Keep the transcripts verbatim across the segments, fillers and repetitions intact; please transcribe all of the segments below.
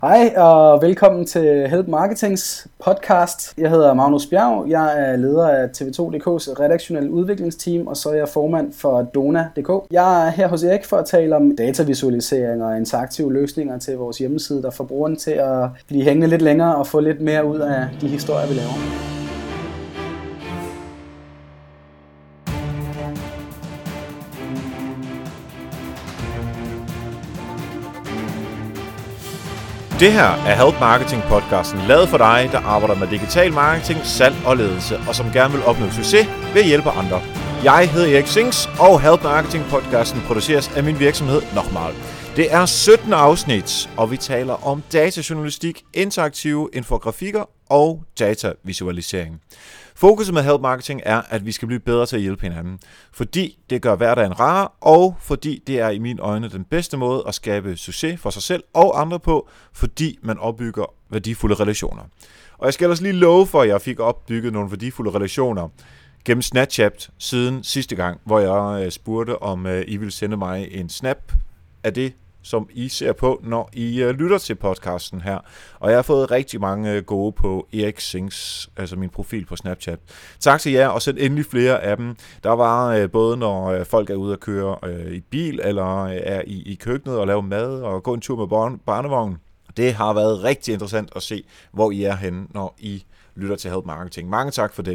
Hej og velkommen til Help Marketings podcast. Jeg hedder Magnus Bjerg. Jeg er leder af T V to punktum d k's redaktionelle udviklingsteam, og så er jeg formand for Dona punktum d k. Jeg er her hos Erik for at tale om datavisualisering og interaktive løsninger til vores hjemmeside, der får brugeren til at blive hængende lidt længere og få lidt mere ud af de historier, vi laver. Det her er Help Marketing podcasten, lavet for dig, der arbejder med digital marketing, salg og ledelse, og som gerne vil opnå succes ved at hjælpe andre. Jeg hedder Erik Sings, og Help Marketing podcasten produceres af min virksomhed Nochmal. Det er sytten afsnit, og vi taler om datajournalistik, interaktive infografikker og datavisualisering. Fokuset med Help Marketing er, at vi skal blive bedre til at hjælpe hinanden, fordi det gør hverdagen rarere, og fordi det er i mine øjne den bedste måde at skabe succes for sig selv og andre på, fordi man opbygger værdifulde relationer. Og jeg skal ellers lige love for, at jeg fik opbygget nogle værdifulde relationer gennem Snapchat siden sidste gang, hvor jeg spurgte, om I ville sende mig en snap af det, som I ser på, når I uh, lytter til podcasten her. Og jeg har fået rigtig mange uh, gode på Erik Sings, altså min profil på Snapchat. Tak til jer, og send endelig flere af dem. Der var uh, både når uh, folk er ude at køre uh, i bil, eller uh, er i, i køkkenet og lave mad, og gå en tur med barn, barnevognen. Det har været rigtig interessant at se, hvor I er henne, når I lytter til Help Marketing. Mange tak for det.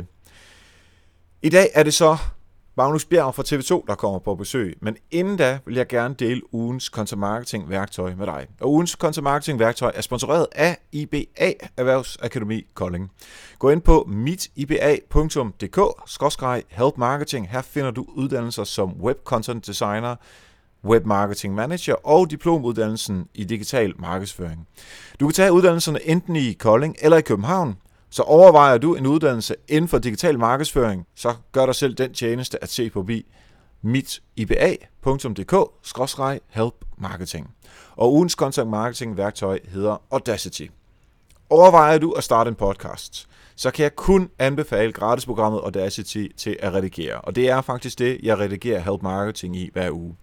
I dag er det så Magnus Bjerg fra T V to, der kommer på besøg. Men inden da vil jeg gerne dele ugens content marketing værktøj med dig. Og ugens content marketing værktøj er sponsoreret af I B A Erhvervsakademi Kolding. Gå ind på mit i b a punktum d k skråstreg help marketing. Her finder du uddannelser som web content designer, web marketing manager og diplomuddannelsen i digital markedsføring. Du kan tage uddannelserne enten i Kolding eller i København. Så overvejer du en uddannelse inden for digital markedsføring, så gør dig selv den tjeneste at se forbi mit i b a punktum d k skråstreg help marketing. Og ugens content marketing værktøj hedder Audacity. Overvejer du at starte en podcast, så kan jeg kun anbefale gratisprogrammet Audacity til at redigere. Og det er faktisk det, jeg redigerer Help Marketing i hver uge.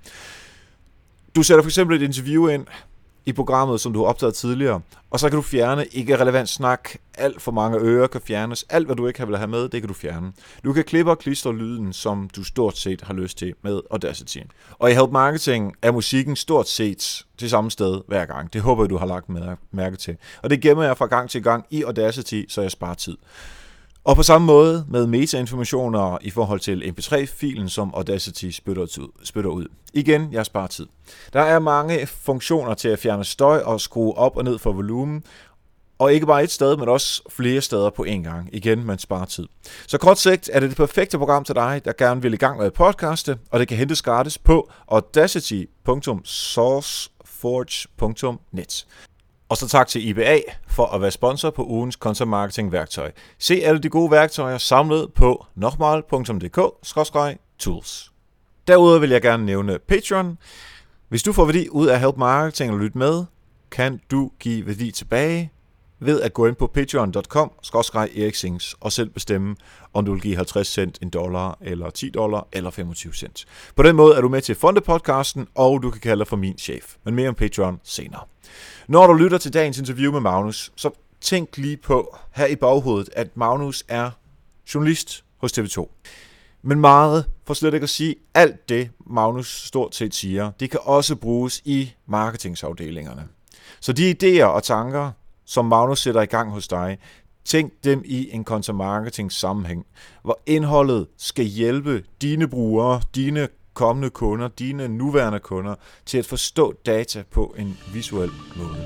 Du sætter for eksempel et interview ind i programmet, som du har optaget tidligere, og så kan du fjerne ikke relevant snak, alt for mange ører kan fjernes, alt hvad du ikke vil have med, det kan du fjerne. Du kan klippe og klistre lyden, som du stort set har lyst til med Audacity. Og i Help Marketing er musikken stort set til samme sted hver gang. Det håber jeg, du har lagt mærke til. Og det gemmer jeg fra gang til gang i Audacity, så jeg sparer tid. Og på samme måde med metainformationer i forhold til M P tre filen, som Audacity spytter ud. Igen, jeg sparer tid. Der er mange funktioner til at fjerne støj og skrue op og ned for volumen. Og ikke bare et sted, men også flere steder på én gang. Igen, man sparer tid. Så kort sagt er det det perfekte program til dig, der gerne vil i gang med at podcaste, og det kan hentes gratis på audacity punktum sourceforge punktum net. Og så tak til I B A for at være sponsor på ugens content marketing værktøj. Se alle de gode værktøjer samlet på nochmal punktum d k skråstreg tools. Derudover vil jeg gerne nævne Patreon. Hvis du får værdi ud af Help Marketing og lytte med, kan du give værdi tilbage ved at gå ind på patreon punktum com skråstreg eriksings og selv bestemme, om du vil give halvtreds cent, en dollar, eller ti dollar, eller femogtyve cent. På den måde er du med til at funde podcasten, og du kan kalde dig for min chef. Men mere om Patreon senere. Når du lytter til dagens interview med Magnus, så tænk lige på her i baghovedet, at Magnus er journalist hos T V to. Men meget, for slet ikke at sige alt det, Magnus stort set siger, det kan også bruges i marketingsafdelingerne. Så de idéer og tanker, som Magnus sætter i gang hos dig, tænk dem i en content marketing sammenhæng, hvor indholdet skal hjælpe dine brugere, dine kommende kunder, dine nuværende kunder, til at forstå data på en visuel måde.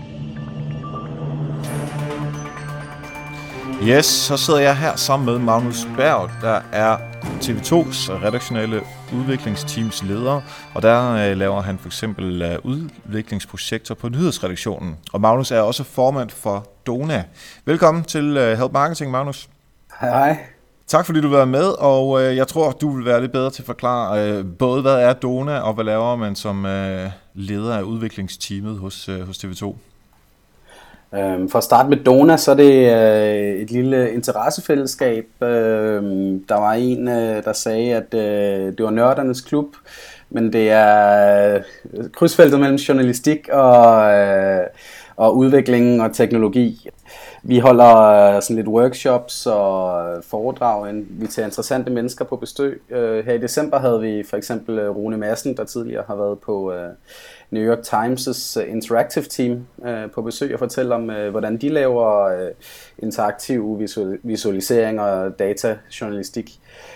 Yes, så sidder jeg her sammen med Magnus Berg, der er T V tos redaktionelle udviklingsteams leder, og der øh, laver han for eksempel øh, udviklingsprojekter på nyhedsredaktionen. Og Magnus er også formand for Dona. Velkommen til øh, Help Marketing, Magnus. Hej hej. Tak fordi du vil være med, og øh, jeg tror, du vil være lidt bedre til at forklare øh, både, hvad er Dona, og hvad laver man som øh, leder af udviklingsteamet hos, øh, hos T V to? Øhm, for at starte med Dona, så er det øh, et lille interessefællesskab. Øh, der var en, øh, der sagde, at øh, det var nørdernes klub, men det er krydsfeltet mellem journalistik og, øh, og udvikling og teknologi. Vi holder sådan lidt workshops og foredrag. Vi tager interessante mennesker på besøg. Her i december havde vi for eksempel Rune Madsen, der tidligere har været på New York Times' Interactive Team på besøg og fortælle om, hvordan de laver interaktiv visualisering og datajournalistik.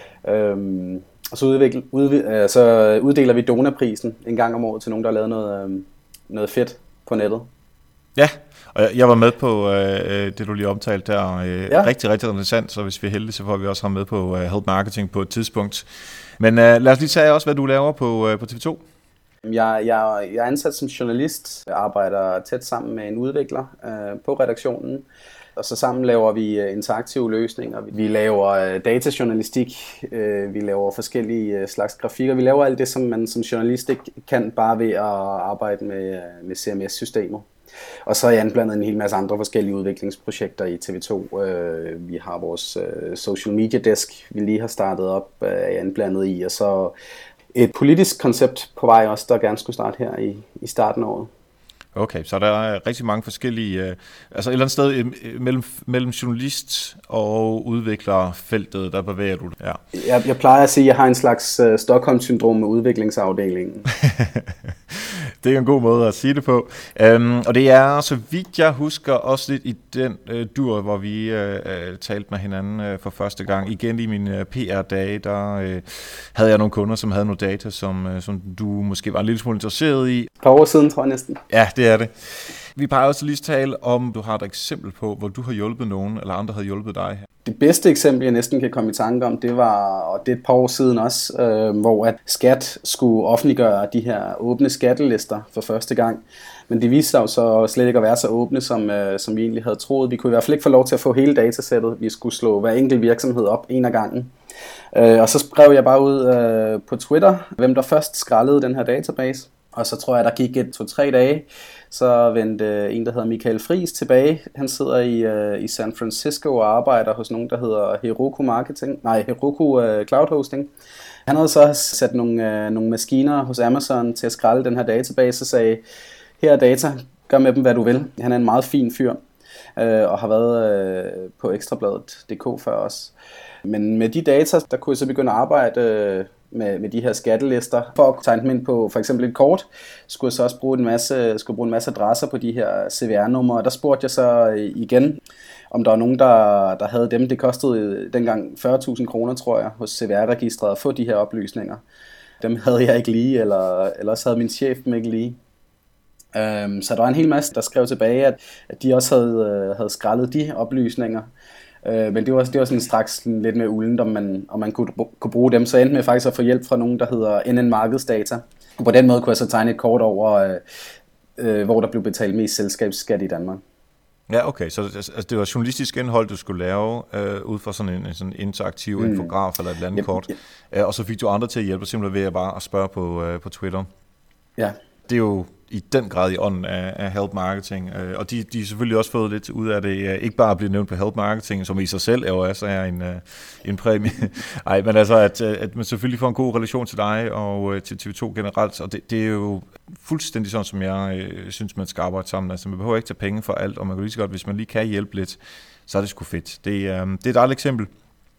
Og så, udvikle, udvikle, så uddeler vi Dona-prisen en gang om året til nogen, der har lavet noget, noget fedt på nettet. Ja, og jeg var med på øh, det, du lige omtalte der. Øh, ja. Rigtig, rigtig interessant, så hvis vi er heldige, så får vi også ham med på øh, Help Marketing på et tidspunkt. Men øh, lad os lige tage også, hvad du laver på, øh, på T V to. Jeg, jeg, jeg er ansat som journalist. Jeg arbejder tæt sammen med en udvikler øh, på redaktionen. Og så sammen laver vi uh, interaktive løsninger. Vi laver uh, datajournalistik, uh, vi laver forskellige uh, slags grafikker. Vi laver alt det, som man som journalist ikke kan bare ved at arbejde med, uh, med C M S-systemer. Og så er jeg anblandet en hel masse andre forskellige udviklingsprojekter i T V to. Uh, vi har vores uh, social media desk, vi lige har startet op, uh, er jeg anblandet i. Og så et politisk koncept på vej også, der gerne skulle starte her i, i starten af året. Okay, så der er rigtig mange forskellige, øh, altså et eller andet sted mellem, mellem journalist og udviklerfeltet, der bevæger du. Ja. Jeg, jeg plejer at sige, at jeg har en slags uh, Stockholm-syndrom med udviklingsafdelingen. Det er en god måde at sige det på. Um, og det er, så vidt jeg husker, også lidt i den uh, dur, hvor vi uh, uh, talte med hinanden uh, for første gang. Igen i mine uh, P R-dage, der uh, havde jeg nogle kunder, som havde noget data, som, uh, som du måske var en lille smule interesseret i. Et par år siden, tror jeg næsten. Ja, det er det. Vi plejer også lige at tale om, du har et eksempel på, hvor du har hjulpet nogen, eller andre har hjulpet dig. Det bedste eksempel, jeg næsten kan komme i tanke om, det var, og det er et par år siden også, øh, hvor at Skat skulle offentliggøre de her åbne skattelister for første gang. Men det viste sig jo så slet ikke at være så åbne, som, øh, som vi egentlig havde troet. Vi kunne i hvert fald ikke få lov til at få hele datasættet. Vi skulle slå hver enkelt virksomhed op en af gangen. Øh, og så skrev jeg bare ud øh, på Twitter, hvem der først skrællede den her database. Og så tror jeg, der gik et, to, tre dage, så vendte en, der hedder Michael Friis tilbage. Han sidder i, uh, i San Francisco og arbejder hos nogen, der hedder Heroku Marketing, nej, Heroku uh, Cloud Hosting. Han havde så sat nogle, uh, nogle maskiner hos Amazon til at skrælle den her database og sagde, her er data, gør med dem, hvad du vil. Han er en meget fin fyr uh, og har været uh, på ekstrabladet punktum d k før også. Men med de data, der kunne jeg så begynde at arbejde uh, Med, med de her skattelister. For at tegne dem ind på for eksempel et kort, skulle jeg så også bruge en masse, skulle bruge en masse adresser på de her C V R-numre. Og der spurgte jeg så igen, om der var nogen, der, der havde dem. Det kostede dengang fyrre tusind kroner, tror jeg, hos C V R-registret at få de her oplysninger. Dem havde jeg ikke lige, eller ellers havde min chef dem ikke lige. Um, så der var en hel masse, der skrev tilbage, at, at de også havde, havde skrællet de oplysninger. Men det var, det var sådan straks lidt mere uldent, om man, om man kunne, kunne bruge dem. Så endte med faktisk at få hjælp fra nogen, der hedder N N Markedsdata. Og på den måde kunne jeg så tegne et kort over, øh, hvor der blev betalt mest selskabsskat i Danmark. Ja, okay. Så altså, det var journalistisk indhold, du skulle lave, øh, ud fra sådan en, en sådan interaktiv mm. infograf eller et eller andet yep, kort. Yep. Og så fik du andre til at hjælpe, simpelthen ved at bare at spørge på, øh, på Twitter. Ja. Det er jo i den grad i ånden af, af Help Marketing, øh, og de de har selvfølgelig også fået lidt ud af det, øh, ikke bare at blive nævnt på Help Marketing, som i sig selv er jo også er en, øh, en præmie, Ej, men altså at, at man selvfølgelig får en god relation til dig og øh, til T V to generelt, og det, det er jo fuldstændig sådan, som jeg øh, synes, man skal arbejde sammen. Altså man behøver ikke tage penge for alt, og man kan lige så godt, hvis man lige kan hjælpe lidt, så er det sgu fedt. Det, øh, det er et dejligt eksempel.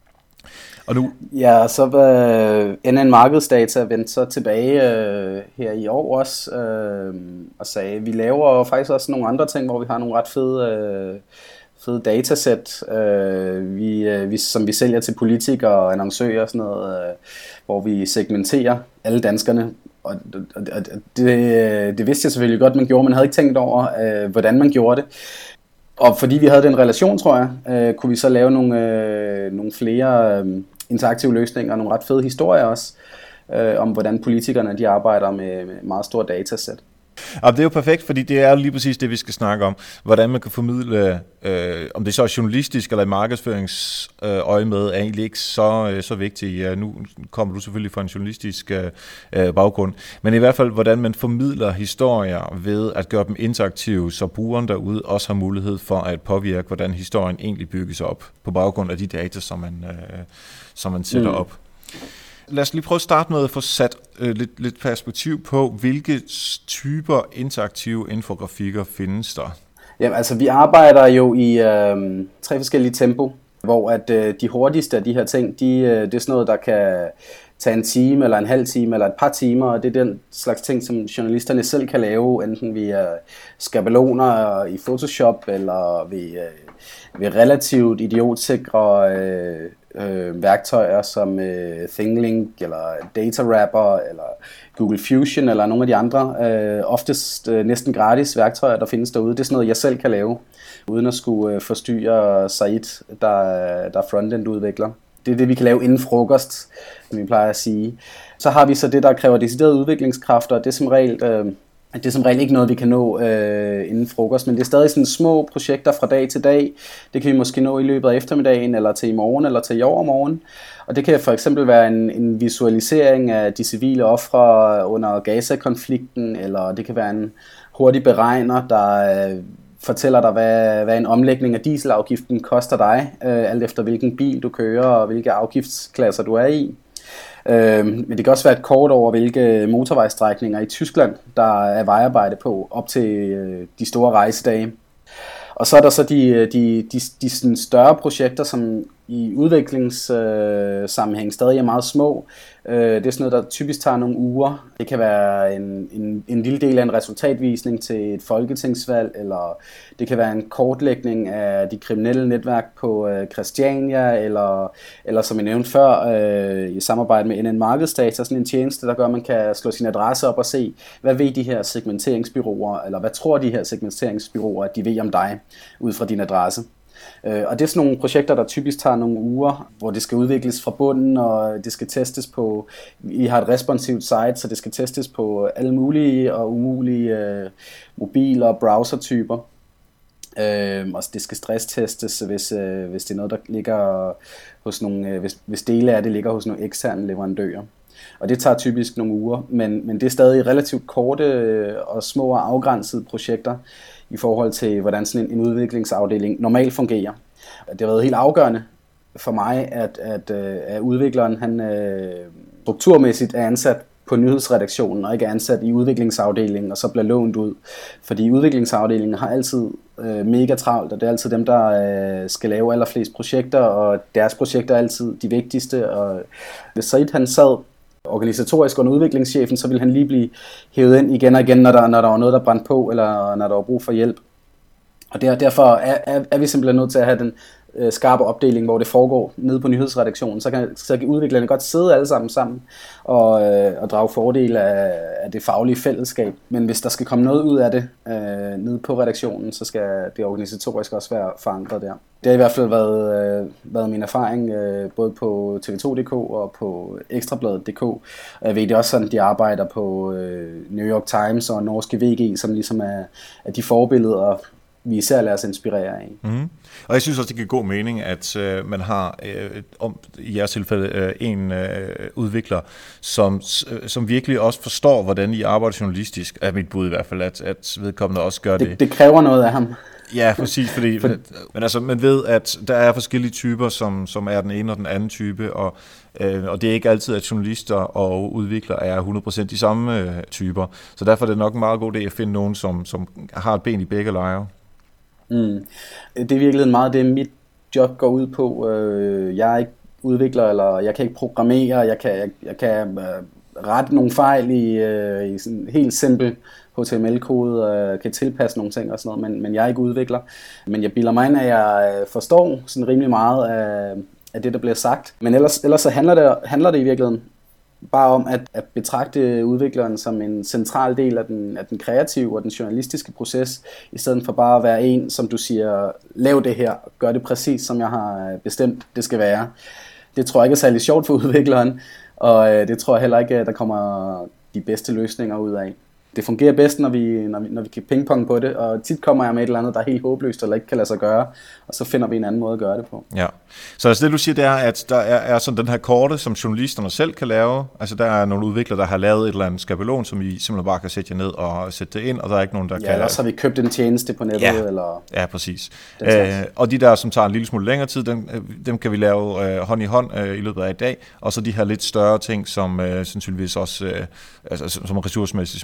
Og nu? Ja, så var N N Markedsdata vendt så tilbage øh, her i år også, øh, og sagde, vi laver faktisk også nogle andre ting, hvor vi har nogle ret fede, øh, fede datasæt, øh, vi, øh, vi, som vi sælger til politikere og annoncører og sådan noget, øh, hvor vi segmenterer alle danskerne. Og, og, og det, det vidste jeg selvfølgelig godt, man gjorde, men havde ikke tænkt over, øh, hvordan man gjorde det. Og fordi vi havde den relation, tror jeg, øh, kunne vi så lave nogle, øh, nogle flere øh, interaktive løsninger og nogle ret fede historier også, øh, om hvordan politikerne de arbejder med, med meget store datasæt. Ja, det er jo perfekt, fordi det er lige præcis det, vi skal snakke om. Hvordan man kan formidle, øh, om det så er journalistisk eller i markedsføringsøje med, er egentlig ikke så, øh, så vigtigt. Ja, nu kommer du selvfølgelig fra en journalistisk øh, baggrund. Men i hvert fald, hvordan man formidler historier ved at gøre dem interaktive, så brugeren derude også har mulighed for at påvirke, hvordan historien egentlig bygges op på baggrund af de data, som man, øh, som man sætter mm. op. Lad os lige prøve at starte med at få sat øh, lidt, lidt perspektiv på, hvilke typer interaktive infografikker findes der? Jamen, altså vi arbejder jo i øh, tre forskellige tempo, hvor at øh, de hurtigste af de her ting, de, øh, det er sådan noget, der kan tage en time, eller en halv time, eller et par timer, og det er den slags ting, som journalisterne selv kan lave, enten via skabeloner i Photoshop, eller ved, øh, ved relativt idiotsikre øh, øh, værktøjer, som øh, ThingLink, eller DataWrapper, eller Google Fusion, eller nogle af de andre, øh, oftest øh, næsten gratis værktøjer, der findes derude. Det er sådan noget, jeg selv kan lave, uden at skulle øh, forstyrre Said, der, der er frontend-udvikler. Det er det, vi kan lave inden frokost, som vi plejer at sige. Så har vi så det, der kræver decideret udviklingskræfter, og det er som regel, øh, det er som regel ikke noget, vi kan nå øh, inden frokost, men det er stadig sådan små projekter fra dag til dag. Det kan vi måske nå i løbet af eftermiddagen, eller til i morgen, eller til i overmorgen. Og det kan for eksempel være en, en visualisering af de civile ofre under Gaza-konflikten, eller det kan være en hurtig beregner, der øh, fortæller dig, hvad, hvad en omlægning af dieselafgiften koster dig, øh, alt efter hvilken bil du kører, og hvilke afgiftsklasser du er i. Øh, men det kan også være et kort over, hvilke motorvejsstrækninger i Tyskland, der er vejarbejde på, op til øh, de store rejsedage. Og så er der så de, de, de, de sådan større projekter, som i udviklingssammenhæng øh, stadig er meget små. Øh, det er sådan noget, der typisk tager nogle uger. Det kan være en, en, en lille del af en resultatvisning til et folketingsvalg, eller det kan være en kortlægning af de kriminelle netværk på øh, Christiania, eller, eller som jeg nævnte før, øh, i samarbejde med N N Markedsdata, sådan en tjeneste, der gør, at man kan slå sin adresse op og se, hvad ved de her segmenteringsbureauer, eller hvad tror de her segmenteringsbureauer, at de ved om dig, ud fra din adresse. Og det er sådan nogle projekter, der typisk tager nogle uger, hvor det skal udvikles fra bunden, og det skal testes på, I har et responsivt site, så det skal testes på alle mulige og umulige øh, mobil- og browsertyper. Øh, og det skal stresstestes, hvis, øh, hvis det er noget, der ligger hos nogle, øh, hvis, hvis dele af det ligger hos nogle eksterne leverandører. Og det tager typisk nogle uger, men, men det er stadig relativt korte og små og afgrænsede projekter, i forhold til, hvordan sådan en udviklingsafdeling normalt fungerer. Det har været helt afgørende for mig, at, at, at udvikleren han, strukturmæssigt er ansat på nyhedsredaktionen, og ikke er ansat i udviklingsafdelingen, og så bliver lånt ud. Fordi udviklingsafdelingen har altid øh, mega travlt, og det er altid dem, der øh, skal lave allerflest projekter, og deres projekter er altid de vigtigste. Og hvis Said han sad organisatorisk under udviklingschefen, så ville han lige blive hævet ind igen og igen, når der, når der var noget, der brændte på, eller når der var brug for hjælp. Og der, derfor er, er, er vi simpelthen nødt til at have den øh, skarpe opdeling, hvor det foregår nede på nyhedsredaktionen. Så kan, så kan udviklerne godt sidde alle sammen sammen og, øh, og drage fordel af, af det faglige fællesskab. Men hvis der skal komme noget ud af det øh, nede på redaktionen, så skal det organisatorisk også være forankret der. Det har i hvert fald været, øh, været min erfaring, øh, både på T V to punktum d k og på Ekstrabladet punktum d k. Og jeg ved det også sådan, de arbejder på øh, New York Times og norske V G, som ligesom er, er de forbilleder, vi især lader os inspirere af. Mm. Og jeg synes også, det giver god mening, at øh, man har, øh, om, i jeres tilfælde, øh, en øh, udvikler, som, øh, som virkelig også forstår, hvordan I arbejder journalistisk, er mit bud i hvert fald, at, at vedkommende også gør det. Det, det kræver noget af ham. Ja, præcis, fordi For... men altså, man ved, at der er forskellige typer, som, som er den ene og den anden type, og, øh, og det er ikke altid, at journalister og udviklere er hundrede procent de samme øh, typer. Så derfor er det nok en meget god idé at finde nogen, som, som har et ben i begge lejre. Mm. Det er virkelig meget det, mit job går ud på. Jeg er ikke udvikler, eller jeg kan ikke programmere, jeg kan, jeg, jeg kan rette nogle fejl i, i sådan helt simpel H T M L-kode, og kan tilpasse nogle ting og sådan noget, men, men jeg er ikke udvikler. Men jeg bilder mig ind, at jeg forstår sådan rimelig meget af, af det, der bliver sagt. Men ellers, ellers så handler det, handler det i virkeligheden bare om at, at betragte udvikleren som en central del af den, af den kreative og den journalistiske proces, i stedet for bare at være en, som du siger, lav det her, gør det præcis, som jeg har bestemt, det skal være. Det tror jeg ikke er særlig sjovt for udvikleren, og det tror jeg heller ikke, at der kommer de bedste løsninger ud af. Det fungerer bedst, når vi, når vi, når vi kan pingpong på det, og tit kommer jeg med et eller andet, der er helt håbløst, eller ikke kan lade sig gøre, og så finder vi en anden måde at gøre det på. Ja, så altså det du siger, det er, at der er, er sådan den her korte, som journalisterne selv kan lave, altså der er nogle udviklere, der har lavet et eller andet skabelon, som I simpelthen bare kan sætte jer ned og sætte det ind, og der er ikke nogen, der ja, kan... Ja, ellers har vi købt en tjeneste på nettet, ja. eller... Ja, præcis. Øh, og de der, som tager en lille smule længere tid, dem, dem kan vi lave øh, hånd i hånd øh, i løbet af i dag, og så de her lidt større ting, som øh, sandsynligvis også, øh, altså, som ressourcemæssigt simpelthen bare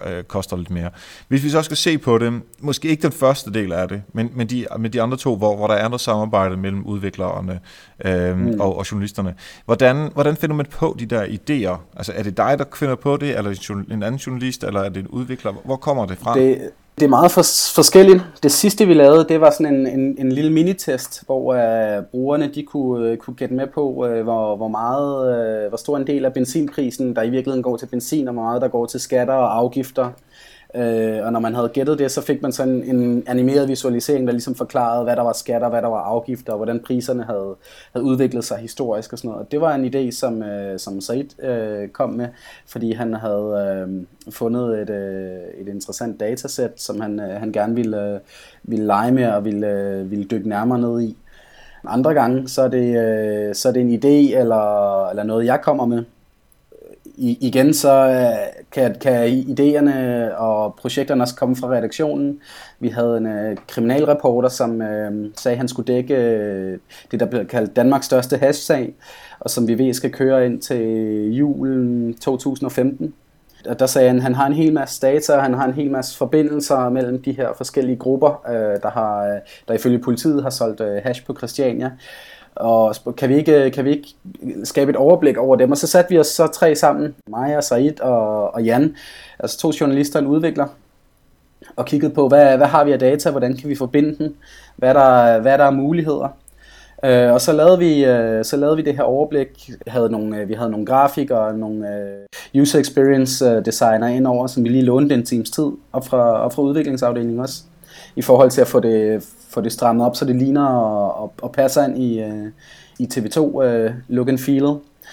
øh, koster lidt mere. Hvis vi så skal se på det, måske ikke den første del af det, men, men, de, men de andre to, hvor, hvor der er noget samarbejde mellem udviklerne øh, mm. og, og journalisterne. Hvordan, hvordan finder man på de der idéer? Altså er det dig, der finder på det, eller en anden journalist, eller er det en udvikler? Hvor kommer det fra? Det Det er meget fors- forskelligt. Det sidste vi lavede, det var sådan en, en, en lille minitest, hvor uh, brugerne de kunne, uh, kunne gætte med på, uh, hvor, hvor, meget, uh, hvor stor en del af benzinprisen, der i virkeligheden går til benzin, og hvor meget der går til skatter og afgifter. Uh, og når man havde gættet det, så fik man sådan en animeret visualisering, der ligesom forklarede, hvad der var skatter, hvad der var afgifter, og hvordan priserne havde, havde udviklet sig historisk og sådan noget. Og det var en idé, som, uh, som Said uh, kom med, fordi han havde uh, fundet et, uh, et interessant datasæt, som han, uh, han gerne ville, uh, ville lege med og ville, uh, ville dykke nærmere ned i. Andre gange, så er det, uh, så er det en idé eller, eller noget, jeg kommer med. I, igen så uh, kan, kan idéerne og projekterne også komme fra redaktionen. Vi havde en uh, kriminalreporter, som uh, sagde, at han skulle dække uh, det, der bliver kaldt Danmarks største hashsag, og som vi ved skal køre ind til julen to tusind og femten. Og der sagde han, at han har en hel masse data, og han har en hel masse forbindelser mellem de her forskellige grupper, uh, der, har, der ifølge politiet har solgt uh, hash på Christiania. Og kan vi, ikke, kan vi ikke skabe et overblik over dem? Og så satte vi os så tre sammen, mig og Said og, og Jan, altså to journalister og en udvikler, og kiggede på, hvad, hvad har vi af data, hvordan kan vi forbinde den, hvad der, hvad der er muligheder. Uh, og så lavede, vi, uh, så lavede vi det her overblik. Vi havde nogle, uh, vi havde nogle grafikere og nogle uh, user experience uh, designer indover, som vi lige lånte en times tid, op fra, op fra udviklingsafdelingen også, i forhold til at få det, få det strammet op, så det ligner og, og, og passer ind i, uh, i T V to uh, look and feel.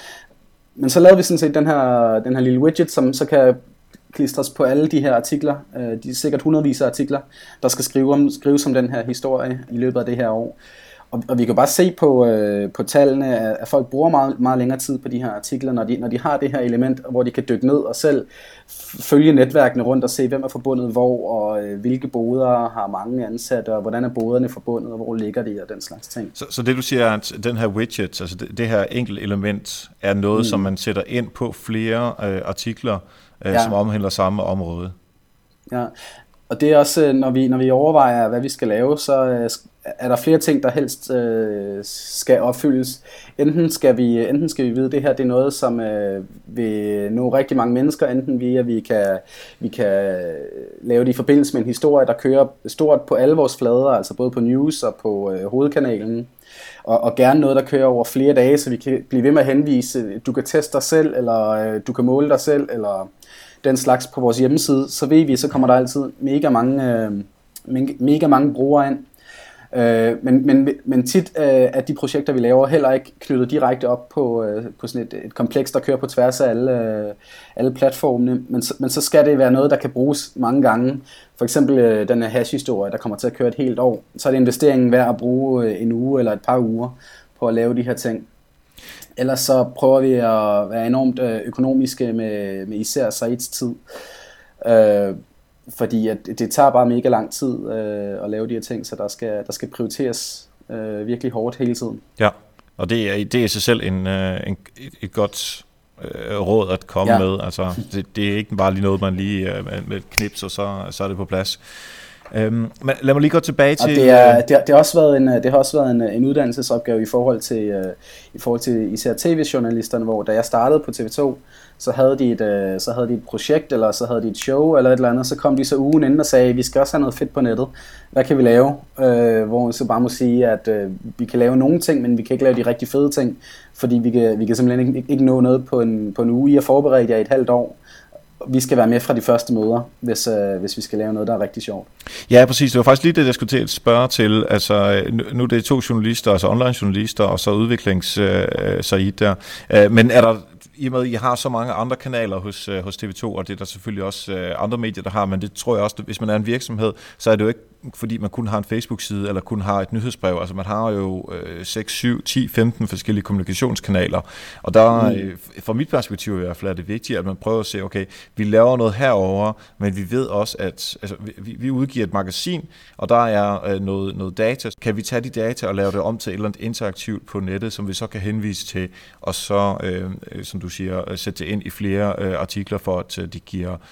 Men så lavede vi sådan set den her, den her lille widget, som så kan klistres på alle de her artikler. Uh, de er sikkert hundredvis af artikler, der skal skrive om, skrives om den her historie i løbet af det her år. Og, og vi kan bare se på, øh, på tallene, at folk bruger meget, meget længere tid på de her artikler, når de, når de har det her element, hvor de kan dykke ned og selv følge netværkene rundt og se, hvem er forbundet hvor, og øh, hvilke boder har mange ansatte, og hvordan er boderne forbundet, og hvor ligger de, og den slags ting. Så, så det du siger, at den her widget, altså det, det her enkelt element, er noget, mm. som man sætter ind på flere øh, artikler, øh, ja. som omhandler samme område? Ja. Og det er også, når vi, når vi overvejer, hvad vi skal lave, så øh, er der flere ting, der helst øh, skal opfyldes. Enten skal, vi, enten skal vi vide, at det her det er noget, som øh, vil nå rigtig mange mennesker, enten via, at vi kan, vi kan lave det i forbindelse med en historie, der kører stort på alle vores flader, altså både på news og på øh, hovedkanalen. Og, og gerne noget, der kører over flere dage, så vi kan blive ved med at henvise, du kan teste dig selv, eller øh, du kan måle dig selv, eller den slags på vores hjemmeside, så ved vi, så kommer der altid mega mange, øh, mega mange brugere ind. Øh, men, men, men tit øh, er de projekter, vi laver, heller ikke knyttet direkte op på, øh, på sådan et, et kompleks, der kører på tværs af alle, øh, alle platformene. Men, men så skal det være noget, der kan bruges mange gange. For eksempel øh, den her hash-historie, der kommer til at køre et helt år. Så er det investeringen værd at bruge øh, en uge eller et par uger på at lave de her ting. Ellers så prøver vi at være enormt økonomiske med, med især Saids tid. Øh, fordi at det tager bare mega lang tid øh, at lave de her ting, så der skal, der skal prioriteres øh, virkelig hårdt hele tiden. Ja, og det er, det er i sig selv en, en, et godt øh, råd at komme ja. med. Altså, det, det er ikke bare lige noget, man lige øh, med et knips, og så, så er det på plads. Øhm, men lad mig lige gå tilbage til... Og det, er, det, har, det har også været en, det har også været en, en uddannelsesopgave i forhold til, uh, i forhold til især tv-journalisterne, hvor da jeg startede på T V to, så havde de et, uh, så havde de et projekt, eller så havde de et show, eller et eller andet, så kom de så ugen inden og sagde, vi skal også have noget fedt på nettet. Hvad kan vi lave? Uh, hvor vi så bare må sige, at uh, vi kan lave nogle ting, men vi kan ikke lave de rigtig fede ting, fordi vi kan, vi kan simpelthen ikke, ikke nå noget på en, på en uge. I har forberedt jer i et halvt år. Vi skal være med fra de første møder, hvis, øh, hvis vi skal lave noget, der er rigtig sjovt. Ja, præcis. Det var faktisk lige det, jeg skulle til at spørge til. Altså, nu, nu er det to journalister, altså online journalister, og så udviklings øh, Said der. Øh, men er der, i og med, at I har så mange andre kanaler hos, øh, hos T V to, og det er der selvfølgelig også øh, andre medier, der har, men det tror jeg også, at hvis man er en virksomhed, så er det jo ikke, fordi man kun har en Facebook-side, eller kun har et nyhedsbrev. Altså, man har jo øh, seks, syv, ti, femten forskellige kommunikationskanaler, og der, mm. øh, fra mit perspektiv i hvert fald, er det vigtigt, at man prøver at se, okay, vi laver noget herover, men vi ved også, at altså, vi, vi udgiver et magasin, og der er øh, noget, noget data. Kan vi tage de data og lave det om til et eller andet interaktivt på nettet, som vi så kan henvise til, og så, øh, som du siger, sætte det ind i flere øh, artikler, for at øh, de giver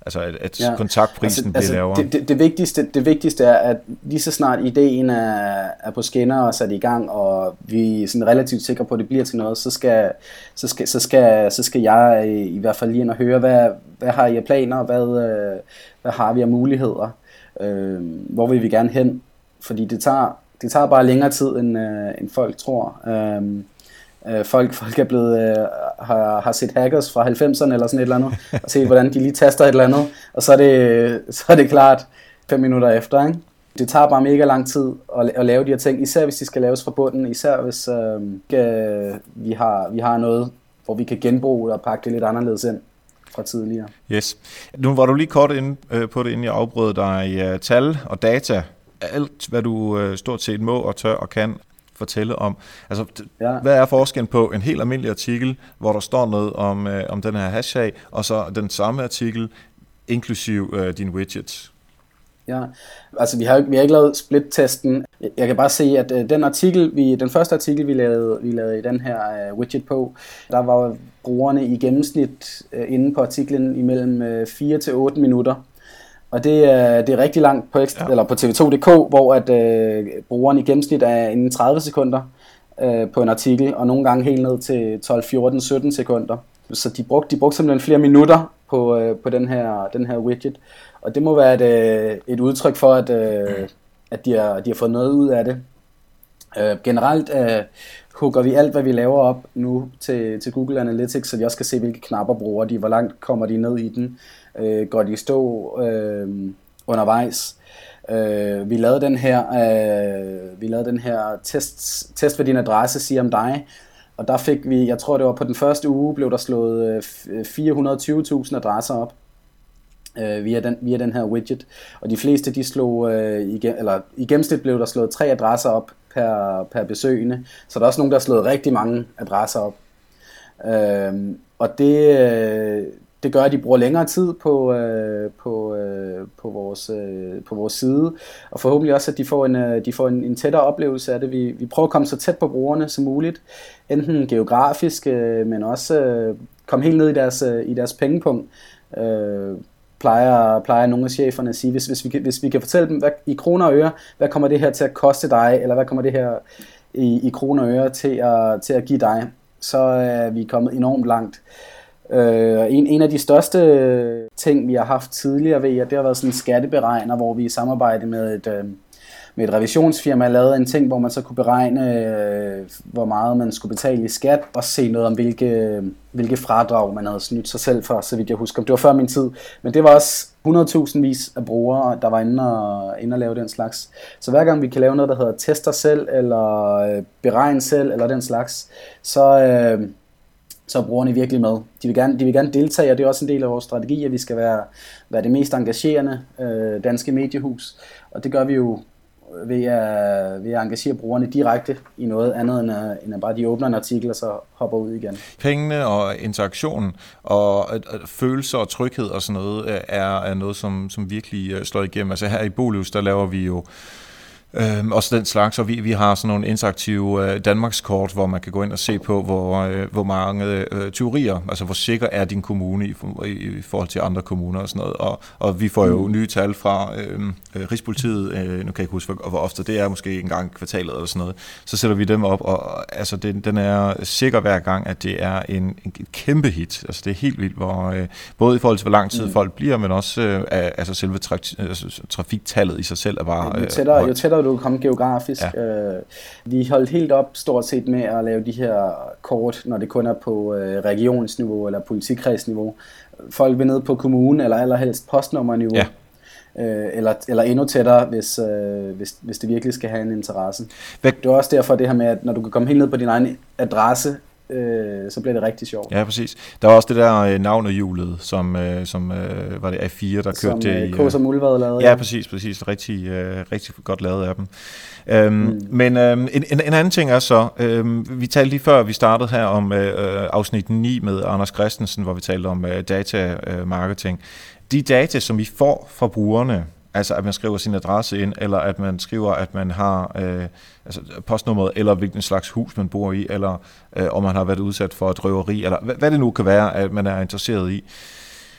Altså at, at ja. kontaktprisen altså, bliver altså, lavere. Det, det, det, vigtigste, det vigtigste er, at lige så snart ideen er, er på skinner og sat i gang, og vi er sådan relativt sikre på, at det bliver til noget, så skal, så skal, så skal, så skal jeg i hvert fald lige ind og høre, hvad, hvad har I af planer, hvad, hvad har vi af muligheder, øh, hvor vil vi gerne hen, fordi det tager, det tager bare længere tid, end, øh, end folk tror. Øh, Folk, folk er blevet, øh, har, har set hackers fra halvfemserne eller sådan et eller andet, og set hvordan de lige taster et eller andet, og så er det, så er det klart fem minutter efter, ikke? Det tager bare mega lang tid at, at lave de her ting, især hvis de skal laves fra bunden, især hvis øh, vi, har, vi har noget, hvor vi kan genbruge og pakke det lidt anderledes ind fra tidligere. Yes. Nu var du lige kort inde øh, på det, inden jeg afbrød dig i uh, tal og data. Alt, hvad du øh, stort set må og tør og kan fortælle om. Altså, ja. Hvad er forskellen på en helt almindelig artikel, hvor der står noget om, øh, om den her hashtag, og så den samme artikel, inklusiv øh, dine widgets? Ja, altså vi har, vi har ikke lavet split-testen. Jeg kan bare se, at øh, den artikel, vi, den første artikel, vi lavede, vi lavede i den her øh, widget på, der var brugerne i gennemsnit øh, inde på artiklen imellem øh, fire til otte minutter. Og det er, det er rigtig langt på, ekstra, ja. eller på T V to punktum d k, hvor at, øh, brugeren i gennemsnit er inden tredive sekunder øh, på en artikel, og nogle gange helt ned til tolv, fjorten, sytten sekunder. Så de brugte, de brugte simpelthen flere minutter på, øh, på den, her, den her widget. Og det må være et, et udtryk for, at, øh, at de, har, de har fået noget ud af det. Øh, generelt øh, hugger vi alt, hvad vi laver op nu til, til Google Analytics, så vi også kan se, hvilke knapper bruger de, hvor langt kommer de ned i den. Øh, går de i stå øh, undervejs. Øh, vi lavede den her, øh, vi lavede den her test, test hvad din adresse siger om dig, og der fik vi, jeg tror det var på den første uge, blev der slået øh, fire hundrede og tyve tusind adresser op øh, via, den, via den her widget, og de fleste de slog, øh, i, eller i gennemsnit blev der slået tre adresser op per, per besøgende, så der er også nogen, der har slået rigtig mange adresser op. Øh, og det... Øh, Det gør, at de bruger længere tid på, øh, på, øh, på, vores, øh, på vores side, og forhåbentlig også, at de får en, øh, de får en, en tættere oplevelse af det. Vi, vi prøver at komme så tæt på brugerne som muligt, enten geografisk, øh, men også øh, komme helt ned i deres, øh, i deres pengepunkt. Øh, plejer, plejer nogle af cheferne at sige, hvis, hvis, vi, hvis vi kan fortælle dem hvad, i kroner og øre, hvad kommer det her til at koste dig, eller hvad kommer det her i, i kroner og øre til at, til at give dig, så er vi kommet enormt langt. Uh, en, en af de største ting, vi har haft tidligere ved, at det har været sådan en skatteberegner, hvor vi i samarbejde med et, uh, med et revisionsfirma lavede en ting, hvor man så kunne beregne, uh, hvor meget man skulle betale i skat, og se noget om, hvilke, hvilke fradrag man havde snydt sig selv for, så vidt jeg husker. Det var før min tid, men det var også hundrede tusind vis af brugere, der var inde og, inde og lave den slags. Så hver gang vi kan lave noget, der hedder tester selv, eller uh, beregne selv, eller den slags, så... Uh, så er brugerne virkelig med. De vil gerne, de vil gerne deltage, og det er også en del af vores strategi, at vi skal være, være det mest engagerende øh, danske mediehus. Og det gør vi jo ved at, ved at engagere brugerne direkte i noget andet, end at, end at bare de åbner en artikel, og så hopper ud igen. Pengene og interaktionen og følelser og tryghed og sådan noget, er, er noget, som, som virkelig slår igennem. Altså her i Bolius, der laver vi jo Øhm, også den slags, og vi, vi har sådan nogle interaktive øh, Danmarkskort, hvor man kan gå ind og se på, hvor, øh, hvor mange øh, tyverier, altså hvor sikker er din kommune i, i, i forhold til andre kommuner og sådan noget, og, og vi får jo mm. nye tal fra øh, Rigspolitiet, øh, nu kan jeg ikke huske, hvor, hvor ofte det er, måske en gang i kvartalet eller sådan noget, så sætter vi dem op, og altså den, den er sikker hver gang, at det er en, en kæmpe hit, altså det er helt vildt, hvor, øh, både i forhold til, hvor lang tid mm. folk bliver, men også øh, altså selve tra- altså, trafiktallet i sig selv er bare øh, jo tættere, jo tættere du kan komme geografisk. Ja. Øh, vi holdt helt op stort set med at lave de her kort, når det kun er på øh, regionsniveau eller politikredsniveau. Folk vil ned på kommunen eller allerhelst postnummerniveau. Ja. Øh, eller, eller endnu tættere, hvis, øh, hvis, hvis det virkelig skal have en interesse. Hvad? Det er også derfor det her med, at når du kan komme helt ned på din egen adresse, Øh, så bliver det rigtig sjovt. Ja, præcis. Der var også det der øh, navnehjulet, som, øh, som øh, var det A fire, der som, kørte det i... Som K som Muldvad lavede. Ja, ja, præcis, præcis. Rigtig, øh, rigtig godt lavet af dem. Øhm, mm. Men øh, en, en anden ting er så, øh, vi talte lige før, vi startede her om øh, afsnit ni med Anders Christensen, hvor vi talte om øh, data øh, marketing. De data, som vi får fra brugerne, altså at man skriver sin adresse ind, eller at man skriver, at man har øh, altså postnummeret, eller hvilken slags hus man bor i, eller øh, om man har været udsat for et røveri, eller hvad, hvad det nu kan være, at man er interesseret i.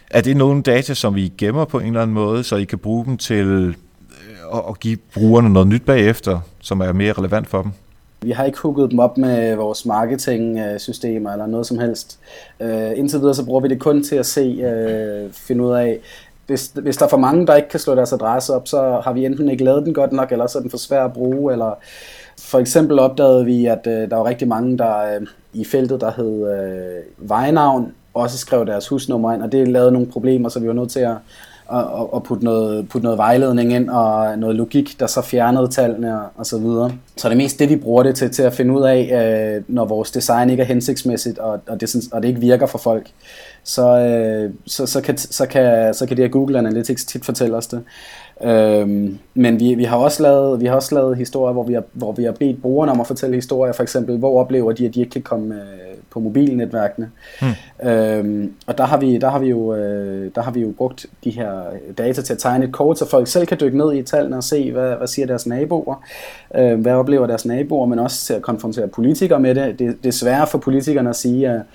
Er det nogle data, som I gemmer på en eller anden måde, så I kan bruge dem til at give brugerne noget nyt bagefter, som er mere relevant for dem? Vi har ikke hooket dem op med vores marketing-systemer eller noget som helst. Uh, indtil videre så bruger vi det kun til at se, uh, finde ud af, hvis, hvis der er for mange, der ikke kan slå deres adresse op, så har vi enten ikke lavet den godt nok, eller så er den for svær at bruge. Eller for eksempel opdagede vi, at uh, der var rigtig mange, der uh, i feltet, der hed uh, vejnavn, også skrev deres husnummer ind, og det lavede nogle problemer, så vi var nødt til at og, og putte, noget, putte noget vejledning ind, og noget logik, der så fjernede tallene og, og så videre. Så det er mest det, vi bruger det til, til at finde ud af, øh, når vores design ikke er hensigtsmæssigt, og, og, det, og det ikke virker for folk. Så, øh, så, så, kan, så, kan, så kan det her Google Analytics tit fortælle os det. Øhm, men vi, vi, har også lavet, vi har også lavet historier, hvor vi har, hvor vi har bedt brugerne om at fortælle historier, for eksempel, hvor oplever de, at de ikke kan komme øh, på mobilnetværkene. Hmm. Øhm, og der har, vi, der, har vi jo, øh, der har vi jo brugt de her data til at tegne et kort, så folk selv kan dykke ned i tallene og se, hvad, hvad siger deres naboer, øh, hvad oplever deres naboer, men også til at konfrontere politikere med det. Det, det er svært for politikerne at sige, at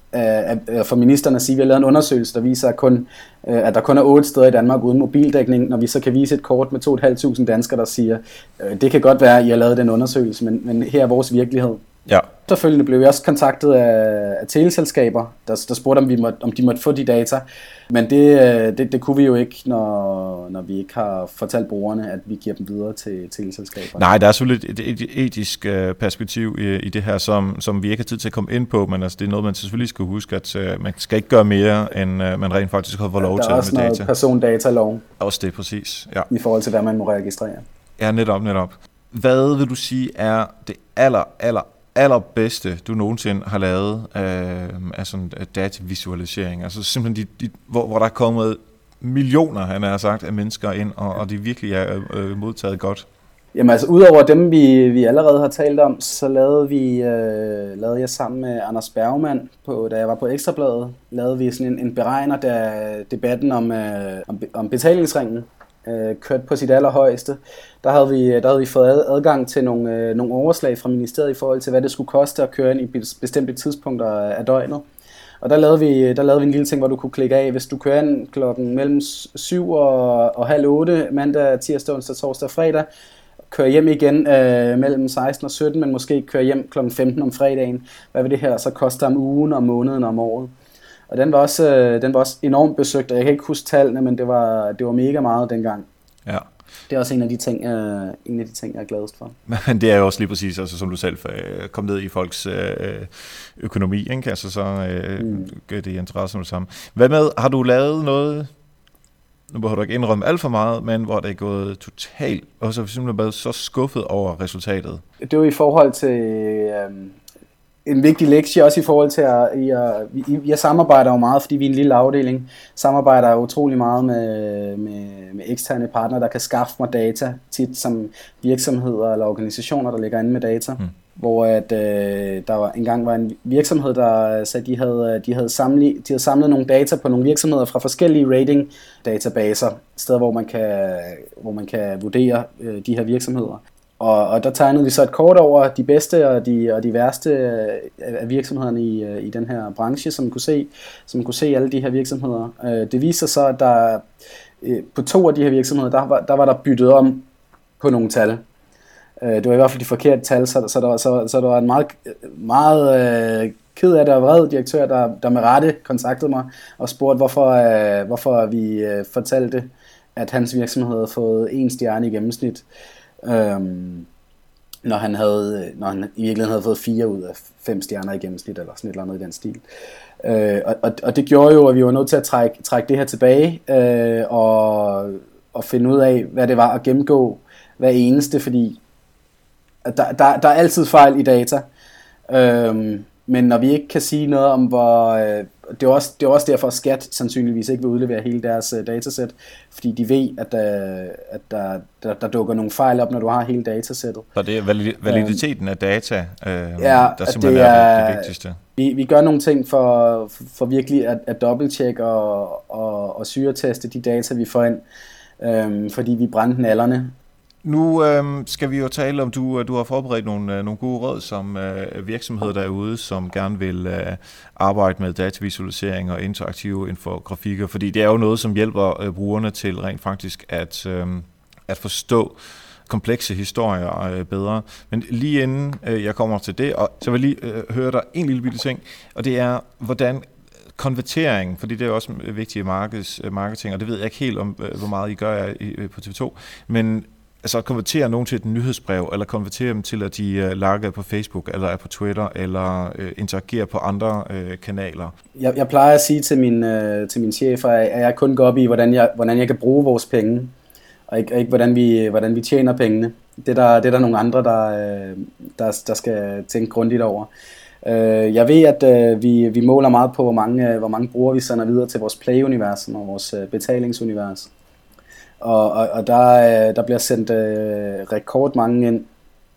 for ministeren at sige, at vi har lavet en undersøgelse, der viser, at, kun, at der kun er otte steder i Danmark uden mobildækning, når vi så kan vise et kort med to tusind fem hundrede danskere, der siger, det kan godt være, at I har lavet den undersøgelse, men, men her er vores virkelighed. Ja. Efterfølgende blev vi også kontaktet af, af teleselskaber, der, der spurgte, om, vi måtte, om de måtte få de data. Men det, det, det kunne vi jo ikke, når, når vi ikke har fortalt brugerne, at vi giver dem videre til teleselskaber. Nej, der er selvfølgelig et, et, et etisk perspektiv i, i det her, som, som vi ikke har tid til at komme ind på, men altså, det er noget, man selvfølgelig skal huske, at uh, man skal ikke gøre mere, end uh, man rent faktisk har fået lov til med data. Der er også noget persondatalov. Også det, præcis. Ja. I forhold til, hvad man må registrere. Ja, netop, netop. Hvad vil du sige er det aller, aller, allerbedste, du nogensinde har lavet øh, af sådan datavisualisering? Altså simpelthen, de, de, hvor, hvor der er kommet millioner, han har sagt, af mennesker ind, og, og de virkelig er øh, modtaget godt. Jamen altså, udover dem, vi, vi allerede har talt om, så lavede vi, øh, lavede jeg sammen med Anders Bergman, på, da jeg var på Ekstrabladet, lavede vi sådan en, en beregner, da debatten om, øh, om, om betalingsringen øh, kørte på sit allerhøjeste. Der havde vi, der havde vi fået adgang til nogle, øh, nogle overslag fra ministeriet i forhold til, hvad det skulle koste at køre ind i bestemte tidspunkter af døgnet. Og der lavede, vi, der lavede vi en lille ting, hvor du kunne klikke af, hvis du kører ind klokken mellem syv og, og halv otte, mandag, tirsdag, onsdag, torsdag og fredag, kører hjem igen øh, mellem seksten og sytten, men måske kører hjem klokken femten om fredagen. Hvad vil det her så koste om ugen, om måneden, om året? Og den var også, øh, den var også enormt besøgt, og jeg kan ikke huske tallene, men det var, det var mega meget dengang. Ja. Det er også en af de ting, øh, en af de ting jeg er gladest for. Men det er jo også lige præcis, altså, som du selv øh, kom ned i folks øh, økonomi, ikke? Altså, så øh, mm. gør det interesse med det samme. Hvad med, har du lavet noget, nu behøver du ikke indrømme alt for meget, men hvor det er gået totalt, og så har vi simpelthen været så skuffet over resultatet? Det var i forhold til øh, en vigtig lektie, også i forhold til, at jeg, jeg, jeg samarbejder jo meget, fordi vi er en lille afdeling, samarbejder jo utrolig meget med, med, med eksterne partnere, der kan skaffe mig data, tit som virksomheder eller organisationer, der ligger inde med data. Hmm. Hvor at, øh, der var, engang var en virksomhed, der sagde, at de havde, de havde, samlet, de havde samlet nogle data på nogle virksomheder fra forskellige rating-databaser, steder, hvor man kan, hvor man kan vurdere øh, de her virksomheder. Og, og der tegnede vi så et kort over de bedste og de, og de værste af virksomhederne i, i den her branche, som kunne se, som kunne se alle de her virksomheder. Det viste sig så, at der, på to af de her virksomheder, der var, der var der byttet om på nogle tal. Det var i hvert fald de forkerte tal, så, så, der, så, så der var en meget, meget øh, ked af det og vred direktør, der, der med rette kontaktede mig og spurgte, hvorfor, øh, hvorfor vi øh, fortalte, at hans virksomhed havde fået en stjerne i gennemsnit. Øhm, når han havde, når han i virkeligheden havde fået fire ud af fem stjerner i gennemsnit, eller sådan et eller andet i den stil. Øh, og, og det gjorde jo, at vi var nødt til at trække, trække det her tilbage, øh, og, og finde ud af, hvad det var at gennemgå hver eneste, fordi der, der, der er altid fejl i data. Øh, men når vi ikke kan sige noget om, hvor... Øh, det er også, det er også derfor, at Skat sandsynligvis ikke vil udlevere hele deres uh, datasæt, fordi de ved, at, uh, at der, der, der dukker nogle fejl op, når du har hele datasættet. Så det er validiteten um, af data, uh, ja, der simpelthen det er, er det, det vigtigste? Vi, vi gør nogle ting for, for virkelig at, at dobbelttjekke og, og, og syreteste de data, vi får ind, um, fordi vi brændte nallerne. Nu øh, skal vi jo tale om, du du har forberedt nogle, nogle gode råd som øh, virksomheder derude, som gerne vil øh, arbejde med datavisualisering og interaktive infografikker, fordi det er jo noget, som hjælper øh, brugerne til rent faktisk at, øh, at forstå komplekse historier øh, bedre. Men lige inden øh, jeg kommer til det, og så vil jeg lige øh, høre dig en lille bitte ting, og det er, hvordan konvertering, fordi det er også vigtigt i markeds, marketing, og det ved jeg ikke helt om, hvor meget I gør I, på T V to, men altså at konvertere nogen til et nyhedsbrev, eller konvertere dem til, at de uh, liker på Facebook, eller er på Twitter, eller uh, interagerer på andre uh, kanaler. Jeg, jeg plejer at sige til, min, uh, til mine chefer, at jeg kun går op i, hvordan jeg, hvordan jeg kan bruge vores penge, og ikke, og ikke hvordan, vi, hvordan vi tjener pengene. Det er der, det er der nogle andre, der, der, der skal tænke grundigt over. Uh, jeg ved, at uh, vi, vi måler meget på, hvor mange, uh, hvor mange brugere vi sender videre til vores Play-univers og vores uh, betalingsunivers. Og, og, og der, der bliver sendt øh, rekordmange ind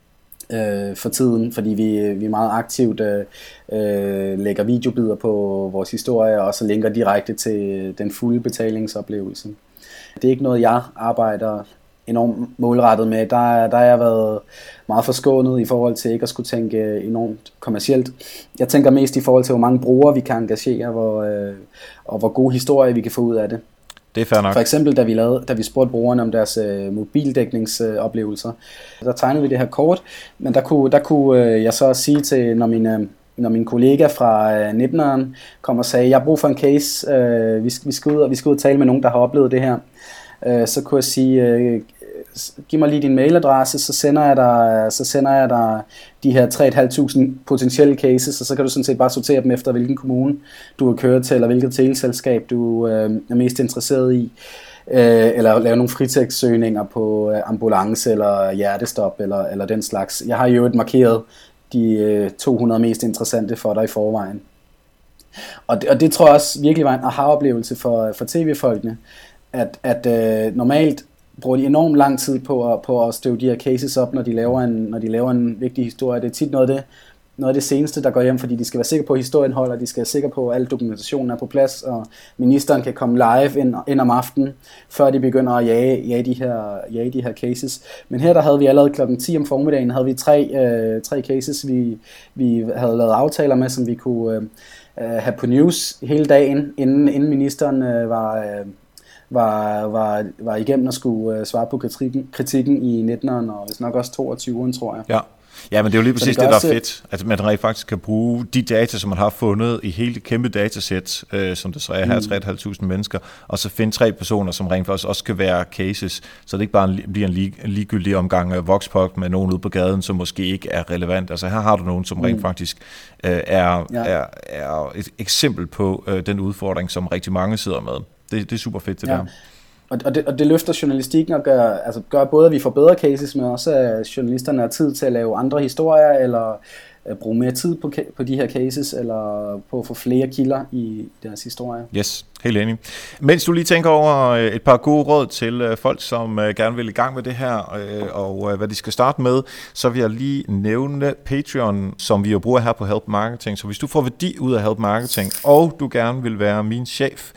øh, for tiden, fordi vi, vi meget aktivt øh, øh, lægger videobider på vores historie, og så linker direkte til den fulde betalingsoplevelse. Det er ikke noget, jeg arbejder enormt målrettet med. Der, der har jeg været meget forskånet i forhold til ikke at skulle tænke enormt kommercielt. Jeg tænker mest i forhold til, hvor mange brugere vi kan engagere, hvor, øh, og hvor gode historier vi kan få ud af det. Det er fair nok. For eksempel, da vi, lavede, da vi spurgte brugerne om deres øh, mobildækningsoplevelser, øh, der tegnede vi det her kort, men der kunne, der kunne øh, jeg så sige til, når min, når min kollega fra øh, nitteneren kom og sagde, jeg har brug for en case, øh, vi, vi, skal ud, og vi skal ud og tale med nogen, der har oplevet det her, øh, så kunne jeg sige, øh, giv mig lige din mailadresse, så sender jeg dig, så sender jeg dig de her tre tusind fem hundrede potentielle cases, og så kan du sådan set bare sortere dem efter, hvilken kommune du vil køre til, eller hvilket teleselskab du øh, er mest interesseret i, øh, eller lave nogle fritægtssøgninger på øh, ambulance, eller hjertestop, eller, eller den slags. Jeg har jo et markeret de øh, to hundrede mest interessante for dig i forvejen. Og det, og det tror jeg også virkelig var en aha-oplevelse for, for tv-folkene, at, at øh, normalt bruger de enormt lang tid på at, på at støve de her cases op, når de laver en, når de laver en vigtig historie. Det er tit noget af det, noget af det seneste, der går hjem, fordi de skal være sikre på, at historien holder, de skal være sikre på, at al dokumentationen er på plads, og ministeren kan komme live ind, ind om aftenen, før de begynder at jage, jage, de her, jage de her cases. Men her der havde vi allerede klokken ti om formiddagen, havde vi tre, øh, tre cases, vi, vi havde lavet aftaler med, som vi kunne øh, have på news hele dagen, inden, inden ministeren øh, var... Øh, Var, var, var igennem og skulle uh, svare på kritikken, kritikken i nitteneren, og hvis nok også toogtyveren, tror jeg. Ja. Ja, men det er jo lige præcis det, det, der er fedt, at man rent faktisk kan bruge de data, som man har fundet i hele det kæmpe datasæt, øh, som det så er her, tre tusind fem hundrede mennesker, og så finde tre personer, som rent faktisk også kan være cases, så det ikke bare bliver en lig, ligegyldig omgang af voxpop med nogen ude på gaden, som måske ikke er relevant. Altså her har du nogen, som rent mm. faktisk øh, er, ja. er, er et eksempel på øh, den udfordring, som rigtig mange sidder med. Det, det er super fedt, det ja. der. Og, og, det, og det løfter journalistikken og gør, altså gør både, at vi får bedre cases, men også at journalisterne har tid til at lave andre historier, eller at bruge mere tid på, på de her cases, eller på at få flere kilder i deres historie. Yes, helt enig. Mens du lige tænker over et par gode råd til folk, som gerne vil i gang med det her, og hvad de skal starte med, så vil jeg lige nævne Patreon, som vi jo bruger her på Help Marketing. Så hvis du får værdi ud af Help Marketing, og du gerne vil være min chef,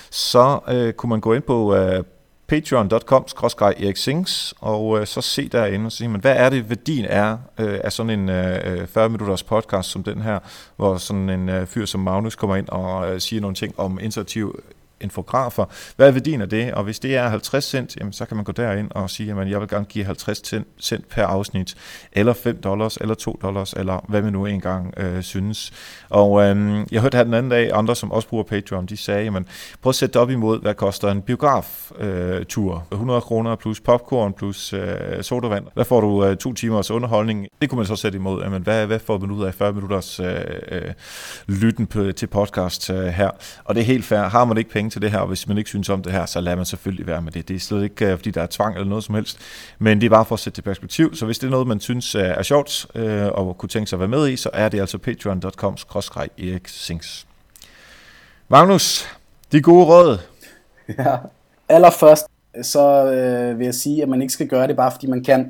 så øh, kunne man gå ind på øh, patreon punktum com skråstreg erik sings og øh, så se derinde og sige, men hvad er det værdien er øh, af sådan en øh, fyrre minutters podcast som den her, hvor sådan en øh, fyr som Magnus kommer ind og øh, siger nogle ting om interaktiv infografer. Hvad er værdien af det? Og hvis det er halvtreds cent, jamen, så kan man gå derind og sige, at jeg vil gerne give halvtreds cent per afsnit, eller fem dollars, eller to dollars, eller hvad man nu engang øh, synes. Og øh, jeg hørte her den anden dag, andre som også bruger Patreon, de sagde, jamen, prøv at sætte det op imod, hvad koster en biograf-tur? Øh, hundrede kroner plus popcorn plus øh, sodavand. Der får du øh, to timers underholdning. Det kunne man så sætte imod. Jamen, hvad, hvad får man ud af fyrre minutters øh, øh, lytten på, til podcast øh, her? Og det er helt fair. Har man ikke penge til det her, og hvis man ikke synes om det her, så lader man selvfølgelig være med det. Det er slet ikke, fordi der er tvang eller noget som helst, men det er bare for at sætte det perspektiv. Så hvis det er noget, man synes er sjovt, øh, og kunne tænke sig at være med i, så er det altså patreon punktum com skråstreg erik sings. Magnus, de gode råd. Ja, allerførst så øh, vil jeg sige, at man ikke skal gøre det bare fordi man kan.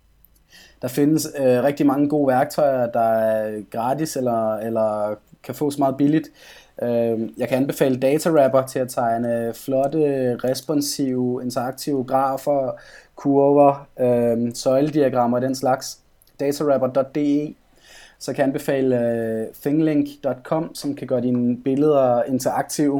Der findes øh, rigtig mange gode værktøjer, der er gratis eller, eller kan fås meget billigt. Jeg kan anbefale DataWrapper til at tegne flotte, responsive, interaktive grafer, kurver, øh, søjlediagrammer og den slags. datarapper punktum d e. Så kan jeg anbefale øh, thinglink punktum com, som kan gøre dine billeder interaktive.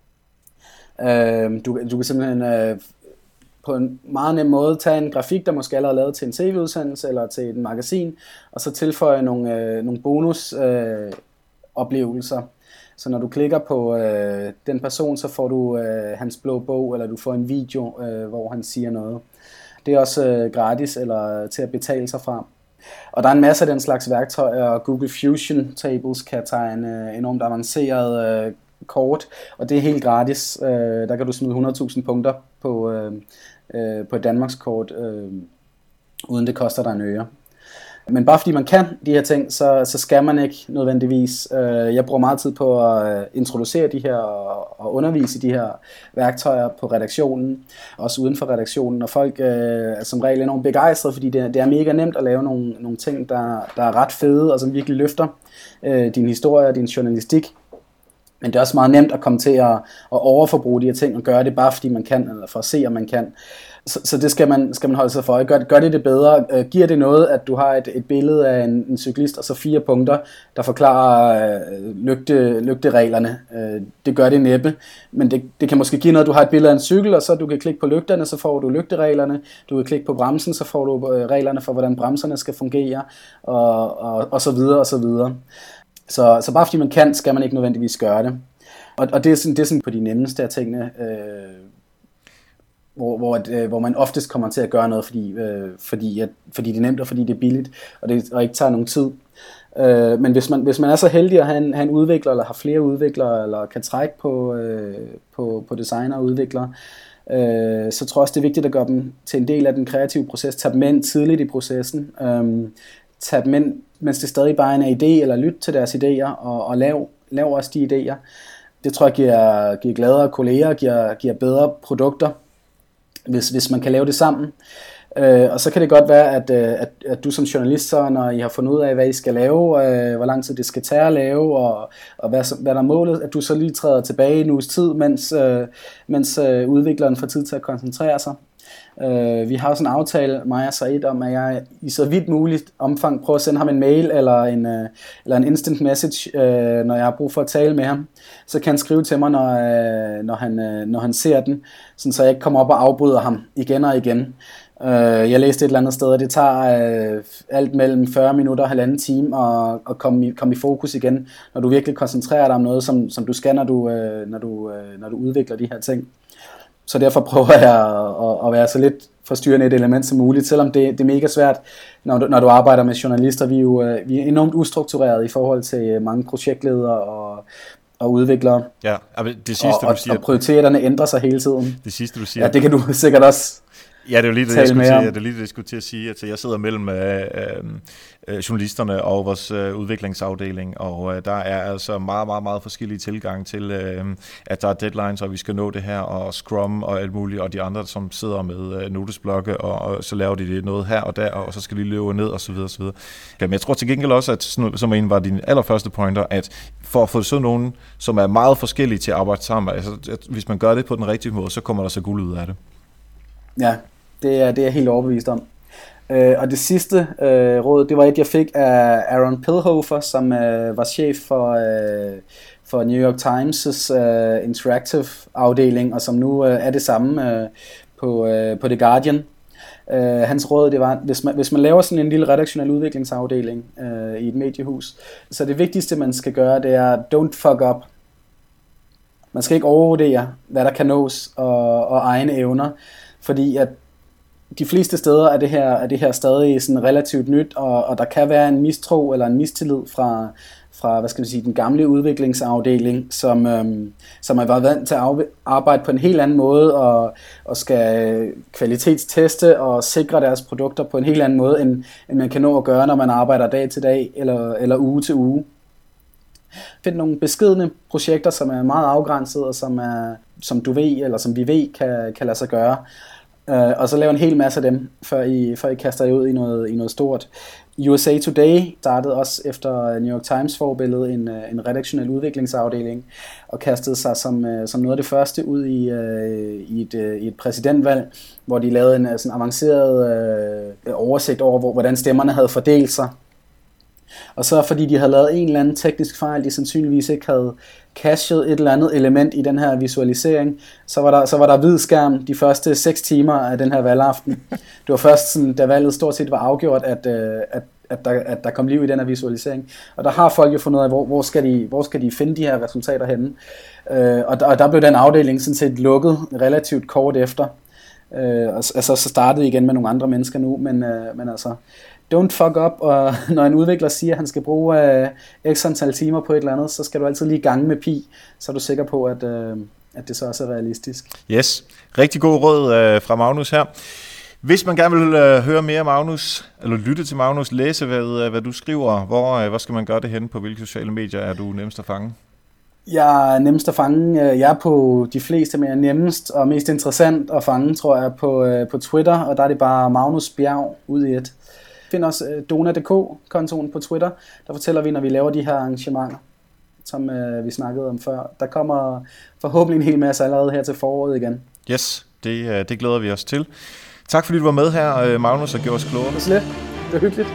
Øh, du, du kan simpelthen øh, på en meget nem måde tage en grafik, der måske allerede er lavet til en tv-udsendelse eller til et magasin, og så tilføje nogle, øh, nogle bonus øh, oplevelser. Så når du klikker på øh, den person, så får du øh, hans blå bog, eller du får en video, øh, hvor han siger noget. Det er også øh, gratis eller til at betale sig fra. Og der er en masse af den slags værktøjer, og Google Fusion Tables kan tegne enormt avanceret øh, kort, og det er helt gratis. Øh, der kan du smide hundrede tusind punkter på, øh, øh, på et Danmarkskort, øh, uden det koster dig en øre. Men bare fordi man kan de her ting, så, så skal man ikke nødvendigvis. Øh, jeg bruger meget tid på at introducere de her og, og undervise de her værktøjer på redaktionen, også uden for redaktionen. Og folk øh, er som regel enormt begejstrede, fordi det, det er mega nemt at lave nogle, nogle ting, der, der er ret fede og som virkelig løfter øh, din historie og din journalistik. Men det er også meget nemt at komme til at, at overforbruge de her ting og gøre det bare fordi man kan, eller for at se om man kan. Så, så det skal man, skal man holde sig for. Gør, gør det det bedre? Øh, giver det noget, at du har et, et billede af en, en cyklist og så fire punkter, der forklarer øh, lygte, lygtereglerne? Øh, det gør det næppe. Men det, det kan måske give noget, at du har et billede af en cykel, og så du kan klikke på lygterne, så får du lygtereglerne. Du kan klikke på bremsen, så får du øh, reglerne for, hvordan bremserne skal fungere, og, og, og så videre, og så videre. Så, så bare fordi man kan, skal man ikke nødvendigvis gøre det. Og, og det, er sådan, det er sådan på de nemmeste af tingene, øh, hvor, hvor, øh, hvor man oftest kommer til at gøre noget, fordi, øh, fordi, at, fordi det er nemt og fordi det er billigt, og det og ikke tager nogen tid. Øh, men hvis man, hvis man er så heldig at have en, have en udvikler, eller har flere udviklere, eller kan trække på, øh, på, på designer og udviklere, øh, så tror jeg også, det er vigtigt at gøre dem til en del af den kreative proces. Tag dem ind tidligt i processen. Øh, tag dem ind, mens det stadig bare er en idé, eller lyt til deres idéer, og, og lav, lav også de idéer. Det tror jeg giver, giver gladere kolleger, giver, giver bedre produkter, hvis, hvis man kan lave det sammen. Øh, og så kan det godt være, at, at, at du som journalist, så, når I har fundet ud af, hvad I skal lave, øh, hvor lang tid det skal tage at lave, og, og hvad, hvad der er målet, at du så lige træder tilbage en uges tid, mens, øh, mens øh, udvikleren får tid til at koncentrere sig. Uh, vi har også en aftale, mig og Said, om at jeg i så vidt muligt omfang prøver at sende ham en mail eller en, uh, eller en instant message, uh, når jeg har brug for at tale med ham. Så kan han skrive til mig, når, uh, når, han, uh, når han ser den, sådan, så jeg ikke kommer op og afbryder ham igen og igen. Uh, jeg læste et eller andet sted, at det tager uh, alt mellem fyrre minutter og halvanden time at, at komme, i, komme i fokus igen, når du virkelig koncentrerer dig om noget, som, som du skal, når du, uh, når, du, uh, når du udvikler de her ting. Så derfor prøver jeg at, at være så lidt forstyrrende et element som muligt, selvom det, det er mega svært, når du, når du arbejder med journalister. Vi er jo vi er enormt ustruktureret i forhold til mange projektledere og, og udviklere. Ja, det sidste, og, du siger... og prioriteterne ændrer sig hele tiden. Det sidste, du siger... Ja, det kan du sikkert også... Ja, det er jo lige det, jeg skulle, til, det er lige det, jeg skulle til at sige. Altså, jeg sidder mellem øh, øh, journalisterne og vores øh, udviklingsafdeling, og øh, der er altså meget, meget, meget forskellige tilgang til, øh, at der er deadlines, og vi skal nå det her, og Scrum og alt muligt, og de andre, som sidder med øh, notesblokke, og, og så laver de det noget her og der, og så skal de løbe ned, og så videre, og så videre. Men jeg tror til gengæld også, at sådan, som en var din allerførste pointer, at for at få sådan nogen, som er meget forskellige til at arbejde sammen, altså, at hvis man gør det på den rigtige måde, så kommer der så guld ud af det. Ja, det er, det er jeg helt overbevist om. Øh, og det sidste øh, råd, det var et, jeg fik af Aaron Pilhofer, som øh, var chef for, øh, for New York Times' øh, Interactive afdeling, og som nu øh, er det samme øh, på, øh, på The Guardian. Øh, hans råd, det var, hvis man, hvis man laver sådan en lille redaktionel udviklingsafdeling øh, i et mediehus, så det vigtigste, man skal gøre, det er don't fuck up. Man skal ikke overvurdere, hvad der kan nås, og, og egne evner. Fordi at de fleste steder er det her, er det her stadig sådan relativt nyt, og, og der kan være en mistro eller en mistillid fra, fra hvad skal vi sige, den gamle udviklingsafdeling, som, øhm, som har været vant til at arbejde på en helt anden måde, og, og skal kvalitetsteste og sikre deres produkter på en helt anden måde, end, end man kan nå at gøre, når man arbejder dag til dag eller, eller uge til uge. Find nogle beskedne projekter, som er meget afgrænset, og som, er, som du ved, eller som vi ved, kan, kan lade sig gøre. øh, og så lave en hel masse af dem, før I, før I kaster jer ud i noget, i noget stort. U S A Today startede også efter New York Times forbillede en, en redaktionel udviklingsafdeling og kastede sig som, som noget af det første ud i, i, et, i et præsidentvalg, hvor de lavede en sådan avanceret øh, oversigt over, hvor, hvordan stemmerne havde fordelt sig. Og så fordi de havde lavet en eller anden teknisk fejl, de sandsynligvis ikke havde cachet et eller andet element i den her visualisering, så var der, så var der hvid skærm de første seks timer af den her valgaften. Det var først, sådan, da valget stort set var afgjort, at, at, at, der, at der kom liv i den her visualisering. Og der har folk jo fundet ud af, hvor, hvor, skal, de, hvor skal de finde de her resultater henne. Og der, og der blev den afdeling sådan set lukket relativt kort efter. Altså så startede igen med nogle andre mennesker nu, men, men altså... Don't fuck up, og når en udvikler siger, at han skal bruge uh, x antal timer på et eller andet, så skal du altid lige gange med pi, så er du sikker på, at, uh, at det så også er realistisk. Yes, rigtig god råd uh, fra Magnus her. Hvis man gerne vil uh, høre mere Magnus, eller lytte til Magnus, læse hvad, uh, hvad du skriver, hvor, uh, hvor skal man gøre det henne, på hvilke sociale medier er du nemmest at fange? Jeg er nemmest at fange. Jeg er på de fleste, men jeg er nemmest og mest interessant at fange, tror jeg, på, uh, på Twitter, og der er det bare Magnus Bjerg ud i et. Find os Dona punktum d k-kontoen på Twitter. Der fortæller vi, når vi laver de her arrangementer, som øh, vi snakkede om før. Der kommer forhåbentlig en hel masse allerede her til foråret igen. Yes, det, det glæder vi os til. Tak fordi du var med her, Magnus, og gjorde os klogere. Det er slet. Det er hyggeligt.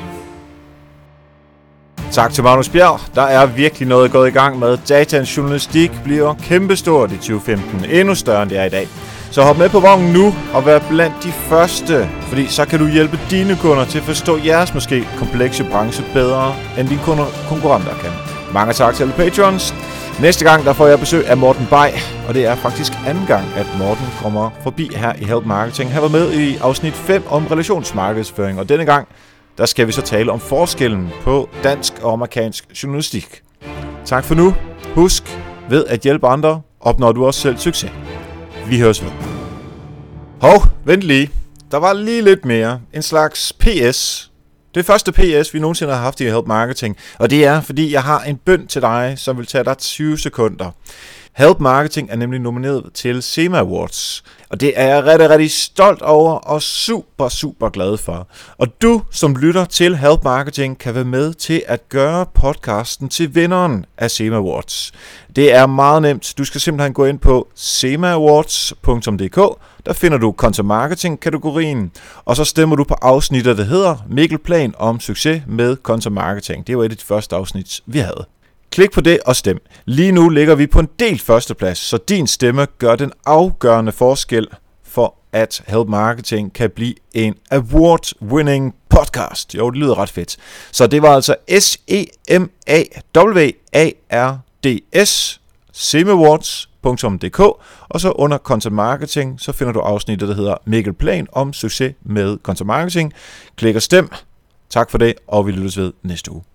Tak til Magnus Bjerg. Der er virkelig noget gået i gang med. Datajournalistik bliver kæmpestort i tyve femten. Endnu større end det er i dag. Så hop med på vognen nu og vær blandt de første, fordi så kan du hjælpe dine kunder til at forstå jeres måske komplekse branche bedre, end dine konkurrenter kan. Mange tak til alle patrons. Næste gang der får jeg besøg af Morten Bay, og det er faktisk anden gang, at Morten kommer forbi her i Help Marketing. Han var med i afsnit fem om relationsmarkedsføring, og denne gang der skal vi så tale om forskellen på dansk og amerikansk journalistik. Tak for nu. Husk, ved at hjælpe andre, opnår du også selv succes. Vi høres ved. Hov, vent lige. Der var lige lidt mere. En slags P S. Det første P S, vi nogensinde har haft i Help Marketing. Og det er, fordi jeg har en bøn til dig, som vil tage dig tyve sekunder. Help Marketing er nemlig nomineret til SEMA Awards. Og det er jeg rigtig, rigtig stolt over og super, super glad for. Og du, som lytter til Help Marketing, kan være med til at gøre podcasten til vinderen af SEMA Awards. Det er meget nemt. Du skal simpelthen gå ind på sema awards punktum d k. Der finder du Content Marketing-kategorien, og så stemmer du på afsnittet, der hedder Mikkel Plan om succes med Content Marketing. Det var et af de første afsnit, vi havde. Klik på det og stem. Lige nu ligger vi på en delt førsteplads, så din stemme gør den afgørende forskel for, at Help Marketing kan blive en award-winning podcast. Jo, det lyder ret fedt. Så det var altså S E M A W A R D S, sema awards punktum d k, og så under Content Marketing, så finder du afsnittet, der hedder Mikkel Plan om succes med Content Marketing. Klik og stem. Tak for det, og vi lyttes ved næste uge.